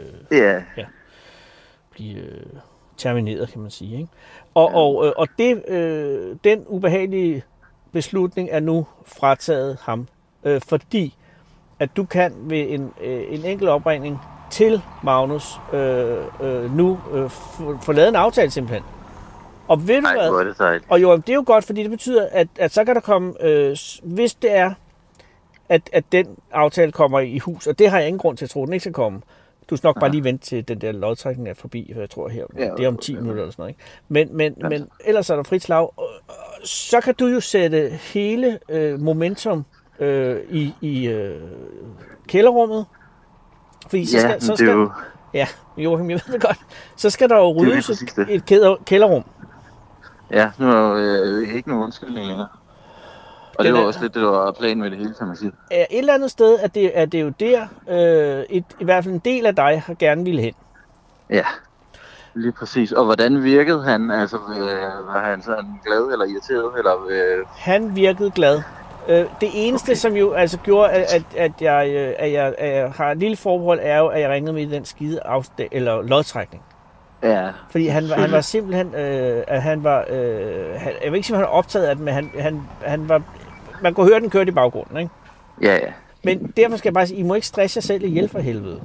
termineret, kan man sige. Ikke? Og det, den ubehagelige beslutning er nu frataget ham, fordi at du kan ved en enkelt opringning til Magnus nu få lavet en aftale simpelthen. Og ved du hvad? Og jo, det er jo godt, fordi det betyder, at så kan der komme, hvis det er, at den aftale kommer i hus, og det har jeg ingen grund til at tro, den ikke skal komme. Du skal nok bare lige vente til den der lodtrækning er forbi, jeg tror her. Det er om 10 minutter eller sådan noget. Ikke? Men ellers er der frit slag. Så kan du jo sætte hele momentum i kælderrummet. Fordi så skal ja, Joachim, jeg ved det godt. Så skal der jo ryddes et kælderrum. Ja, nu er jo ikke nogen undskyldning længere. Og det var også lidt, det var planen med det hele, kan man sige. Et eller andet sted, at det er jo der, i hvert fald en del af dig har gerne ville hen. Ja, lige præcis. Og hvordan virkede han? Altså, var han sådan glad eller irriteret? Eller, Han virkede glad. Det eneste, som jo altså gjorde, at jeg har et lille forbehold, er jo, at jeg ringede med i den skide eller lodtrækning. Ja. Fordi han var simpelthen, jeg vil ikke sige, at han var optaget af det, men han var, man kunne høre, den kørte i baggrunden, ikke? Ja. Men derfor skal jeg bare sige, I må ikke stresse jer selv ihjel for helvede.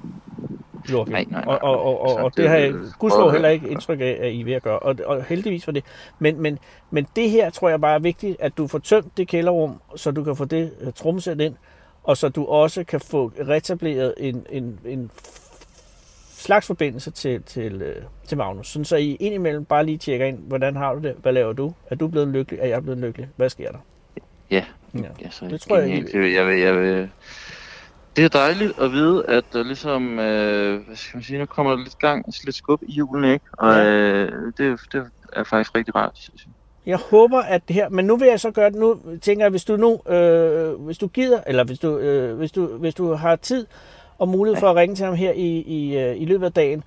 Nej. Og det har jeg gudskelov heller ikke indtryk af, at I er ved at gøre. Og heldigvis for det. Men det her tror jeg bare er vigtigt, at du får tømt det kælderrum, så du kan få det trommesæt ind, og så du også kan få retableret en slags forbindelse til Magnus. Sådan så I indimellem bare lige tjekker ind, hvordan har du det? Hvad laver du? Er du blevet lykkelig? Er jeg blevet lykkelig? Hvad sker der? Ja. Så det tror jeg vil. Det er dejligt at vide, at der ligesom, hvad skal man sige, nu kommer der lidt skub i julen, ikke? Og det er faktisk rigtig rart, synes jeg. Jeg håber, at det her, men nu vil jeg så gøre det, nu tænker jeg, hvis du gider, eller hvis du har tid og mulighed for at ringe til ham her i løbet af dagen,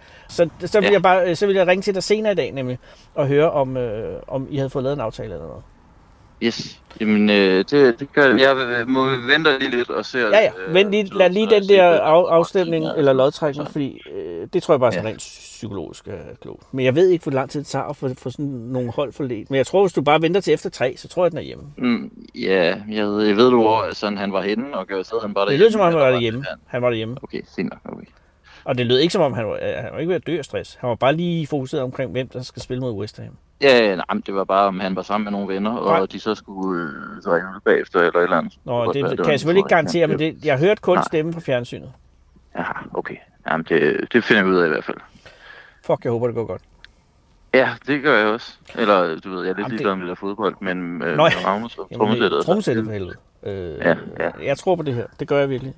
så vil jeg ringe til dig senere i dag nemlig, og høre om I havde fået lavet en aftale eller noget. Yes. Jamen, det gør det. Jeg må vente lige lidt og se. Lad lige den der afstemning eller lodtrækning, fordi det tror jeg bare er rent psykologisk klogt. Men jeg ved ikke, hvor lang tid det tager at få sådan nogle hold forledt. Men jeg tror, hvis du bare venter til efter 3, så tror jeg, den er hjemme. Jeg ved du, hvor sådan, han var henne og gjorde han bare derhjemme. Det lød som om, han var derhjemme. Han var derhjemme. Okay, fint nok. Okay. Og det lød ikke som om, han var ikke ved at dø af stress. Han var bare lige fokuseret omkring, hvem der skal spille mod West Ham. Men det var bare, om han var sammen med nogle venner, og de så skulle drikke ud bagefter eller et eller andet. Nå, det kan jeg selvfølgelig ikke garantere, men jeg hørte kun stemmen fra fjernsynet. Ja, okay. Jamen, det finder vi ud af i hvert fald. Fuck, jeg håber, det går godt. Ja, det gør jeg også. Eller, du ved, jeg er lidt ligeglad med det der fodbold, men med Magnus og trommesættet. Trommesættet for helvede. Jeg tror på det her. Det gør jeg virkelig.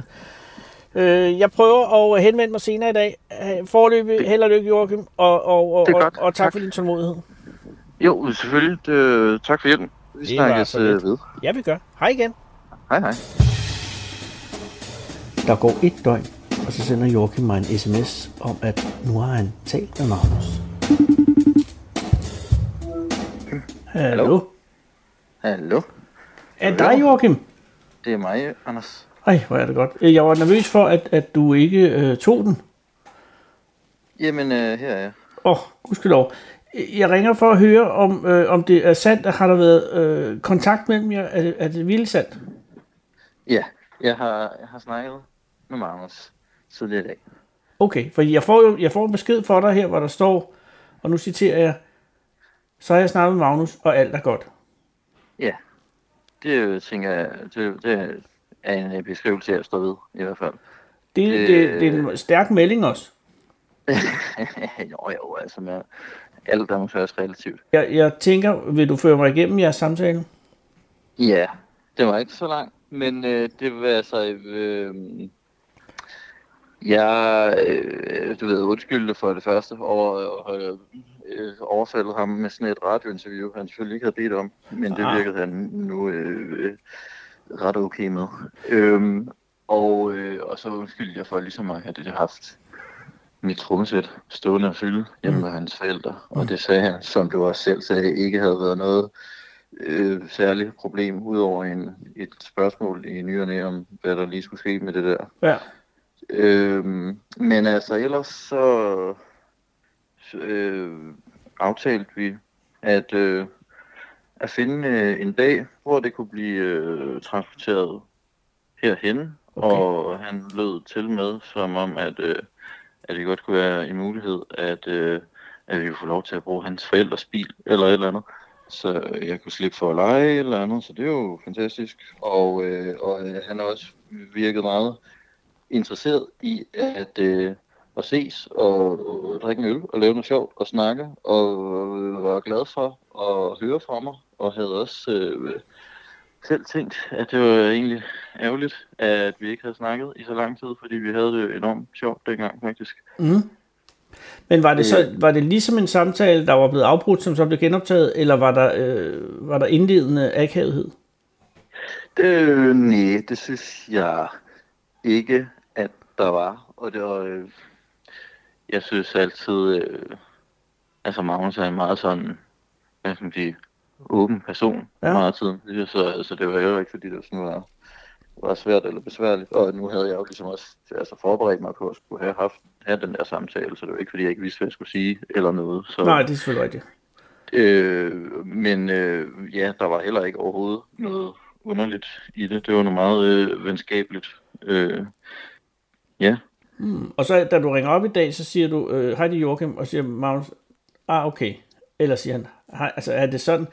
Jeg prøver at henvende mig senere i dag. Foreløbig held og lykke, Joachim, og tak for din tålmodighed. Jo, selvfølgelig. Tak for hjælpen. Vi snakkes ved. Ja, vi gør. Hej igen. Hej. Der går 1 døgn, og så sender Joachim mig en sms om, at nu har han talt med Magnus. Hallo? Er det dig, Joachim? Det er mig, Anders. Ej, hvor er det godt. Jeg var nervøs for, at du ikke tog den. Jamen, her er jeg. Gudskelov. Jeg ringer for at høre, om det er sandt, at har der været kontakt mellem jer. Er det vildt sandt? Ja, jeg har snakket med Magnus tidligere i dag. Okay, for jeg får en besked for dig her, hvor der står, og nu citerer jeg, så har jeg snakket med Magnus, og alt er godt. Ja, det tænker jeg, det er en beskrivelse, jeg står ved, i hvert fald. Det er en stærk melding også. jo, altså med alt, der måske også relativt. Jeg tænker, vil du føre mig igennem jeres samtale? Ja, det var ikke så langt, men det var altså... du ved, undskyldte for det første over at overfaldet ham med sådan et radiointerview, han selvfølgelig ikke havde bedt om, men det virkede han nu ret okay med. Og så undskyldte jeg for ligesom at have det haft mit trommesæt stående og fylde hjemme med hans forældre, og det sagde han, som du også selv sagde, ikke havde været noget særligt problem, udover et spørgsmål i ny og næ om, hvad der lige skulle ske med det der. Ja. Men altså ellers så aftalte vi at finde en dag, hvor det kunne blive transporteret herhen, og han lød til med, som om at det godt kunne være en mulighed, at vi kunne få lov til at bruge hans forældres bil eller et eller andet, så jeg kunne slippe for at lege eller andet, så det er jo fantastisk, og han har også virket meget interesseret i at ses og drikke en øl og lave noget sjovt og snakke, og var glad for at høre fra mig, og havde også selv tænkt, at det var egentlig ærgerligt, at vi ikke havde snakket i så lang tid, fordi vi havde det enormt sjovt dengang faktisk. Mm. Men var det ligesom en samtale, der var blevet afbrudt, som så blev genoptaget, eller var der indledende akavethed? Nej, det synes jeg ikke, at der var. Og det var, jeg synes altid, altså Magnus er en meget sådan, hvad skal man sige, åben person meget af tiden. Så det var jo ikke, fordi det sådan var svært eller besværligt. Og nu havde jeg jo ligesom også forberedt mig på at skulle have den der samtale, så det var ikke, fordi jeg ikke vidste, hvad jeg skulle sige eller noget. Så, nej, det er selvfølgelig rigtigt. Men der var heller ikke overhovedet noget underligt i det. Det var noget meget venskabeligt. Ja. Og så da du ringer op i dag, så siger du, hej det er Joachim, og siger Magnus, okay. Eller siger han, altså er det sådan,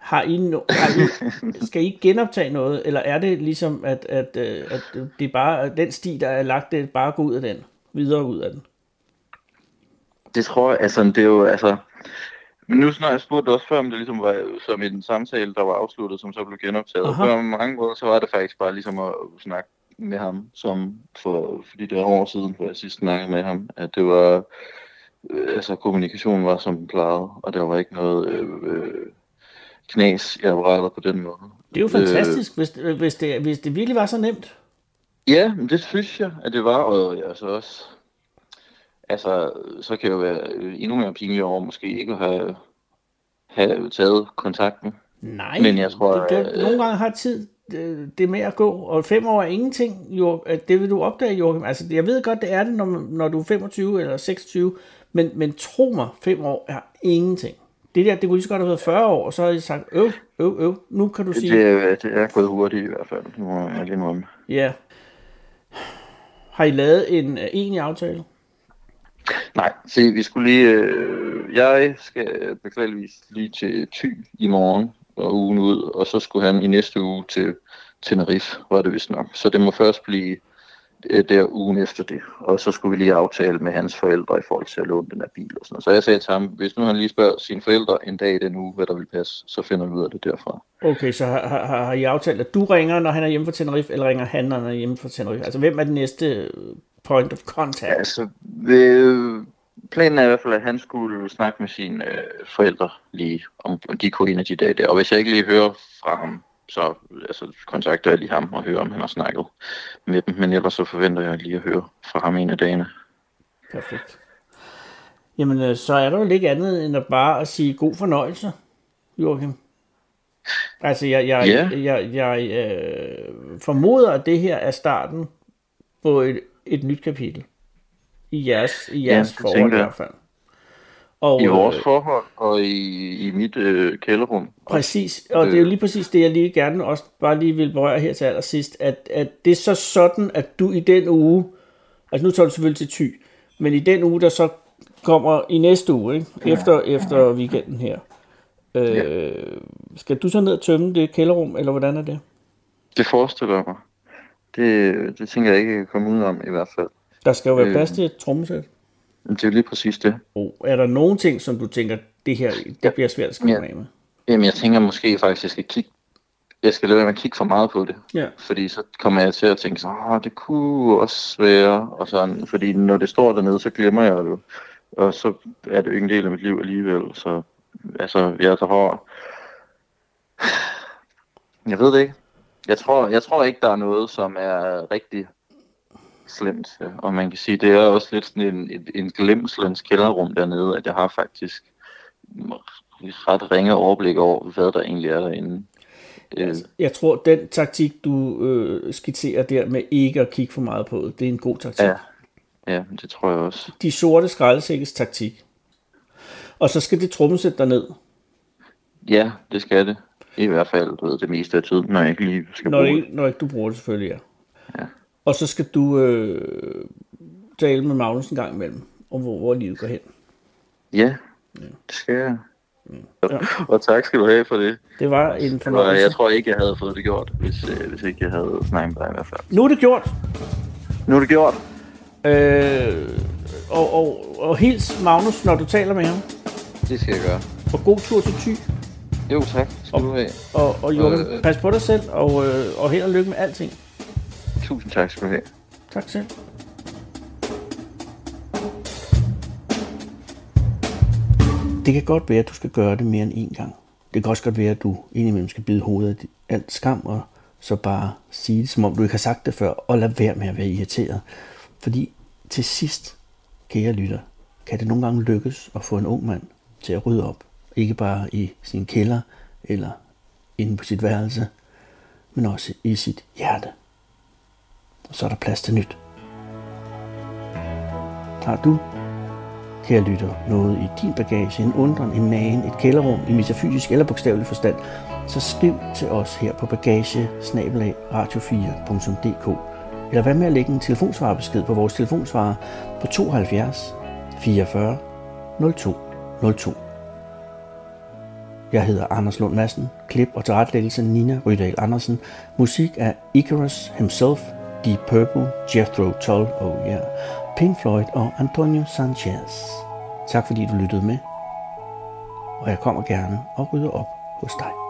skal I genoptage noget, eller er det ligesom, at det er bare, den sti, der er lagt, det er bare gå ud af den, videre ud af den? Det tror jeg, altså det er jo, altså, men nu når jeg spurgte også før, om det ligesom var som en samtale, der var afsluttet, som så blev genoptaget. Aha. På mange måder, så var det faktisk bare ligesom at snakke med ham, som for de der år siden, hvor jeg sidst snakkede med ham, at det var, kommunikationen var som den plejede, og der var ikke noget knas i apparatet på den måde. Det er jo fantastisk, hvis det virkelig var så nemt. Ja, men det synes jeg, at det var, og også, så kan jeg jo være endnu mere pinlig over måske ikke at have taget kontakten. Nej, men jeg tror, nogle gange har tid det med at gå, og 5 år er ingenting, det vil du opdage, Joachim. Altså, jeg ved godt, det er det, når du er 25 eller 26, men tro mig, 5 år er ingenting. Det kunne lige så godt have været 40 år, og så har I sagt, nu kan du sige... Det er gået hurtigt i hvert fald, må jeg lige må. Ja. Har I lavet en egentlig aftale? Nej, se, vi skulle lige... jeg skal beklageligvis lige til Thy i morgen og ugen ud, og så skulle han i næste uge til Tenerife, var det vist nok. Så det må først blive der ugen efter det, og så skulle vi lige aftale med hans forældre i forhold til at låne den her bil og sådan noget. Så jeg sagde til ham, hvis nu han lige spørger sine forældre en dag i den uge, hvad der vil passe, så finder vi ud af det derfra. Okay, så har I aftalt, at du ringer, når han er hjemme fra Tenerife, eller ringer han, når han er hjemme fra Tenerife? Altså, hvem er den næste point of contact? Altså, planen er i hvert fald, at han skulle snakke med sine forældre lige, om de kunne en af de dage der. Og hvis jeg ikke lige hører fra ham, så kontakter jeg lige ham og hører, om han har snakket med dem. Men ellers så forventer jeg lige at høre fra ham en af dagene. Perfekt. Jamen, så er der jo ikke andet end at bare at sige god fornøjelse, Joachim. Altså, jeg formoder, at det her er starten på et nyt kapitel. I jeres forhold i hvert fald. Og, i vores forhold og i mit kælderrum. Præcis, og det er jo lige præcis det, jeg lige gerne også bare lige vil berøre her til allersidst, at det er så sådan, at du i den uge, altså nu tager du selvfølgelig til Thy, men i den uge, der så kommer i næste uge, ikke? Efter weekenden her, skal du så ned og tømme det kælderrum, eller hvordan er det? Det forestiller mig. Det tænker jeg ikke, jeg kan komme ud om i hvert fald. Der skal jo være plads til et trommesæt. Det er jo lige præcis det. Er der nogle ting, som du tænker, det her, det bliver svært at skrive af med? Jamen, jeg tænker måske faktisk, jeg skal lade være med at kigge for meget på det. Ja. Fordi så kommer jeg til at tænke sådan, det kunne også være, og sådan, fordi når det står dernede, så glemmer jeg det. Og så er det jo ikke en del af mit liv alligevel. Så jeg ved det ikke. Jeg tror ikke, der er noget, som er rigtig slemt. Og man kan sige, det er også lidt sådan en glemslens kælderrum dernede, at jeg har faktisk ret ringe overblik over, hvad der egentlig er derinde. Jeg tror, den taktik, du skitserer der med ikke at kigge for meget på, det er en god taktik. Ja, det tror jeg også. De sorte skraldesækkes taktik. Og så skal det trommesæt derned. Ja, det skal det. I hvert fald det meste af tiden, når jeg ikke lige skal bruge det. Når ikke du bruger det, selvfølgelig, ja. Og så skal du tale med Magnus en gang imellem, om hvor livet går hen. Ja, det skal jeg. Ja. Og tak skal du have for det. Det var en fornøjelse. Jeg tror ikke, jeg havde fået det gjort, hvis ikke jeg havde snakket med dig i hvert fald. Nu er det gjort. Og hils Magnus, når du taler med ham. Det skal jeg gøre. Og god tur til Thy. Jo, tak. Skal du have. Og Joachim, pas på dig selv, og held og lykke med alting. Tusind tak skal du have. Tak selv. Det kan godt være, at du skal gøre det mere end en gang. Det kan også godt være, at du indimellem skal bide hovedet af alt skam, og så bare sige det, som om du ikke har sagt det før, og lad være med at være irriteret. Fordi til sidst, kære lytter, kan det nogle gange lykkes at få en ung mand til at rydde op. Ikke bare i sin kælder, eller inde på sit værelse, men også i sit hjerte. Og så er der plads til nyt. Har du, kære lytter, noget i din bagage, en undren, en nagen, et kælderrum i metafysisk eller bogstavelig forstand, så skriv til os her på bagage@radio4.dk, eller hvad med at lægge en telefonsvarebesked på vores telefonsvarer på 72 44 02 02. Jeg hedder Anders Lund Madsen, klip og tilrettelæggelse Nina Rydahl Andersen, musik af Icarus himself, Deep Purple, Jethro Tull, oh yeah, Pink Floyd og Antonio Sanchez. Tak fordi du lyttede med, og jeg kommer gerne og rydder op hos dig.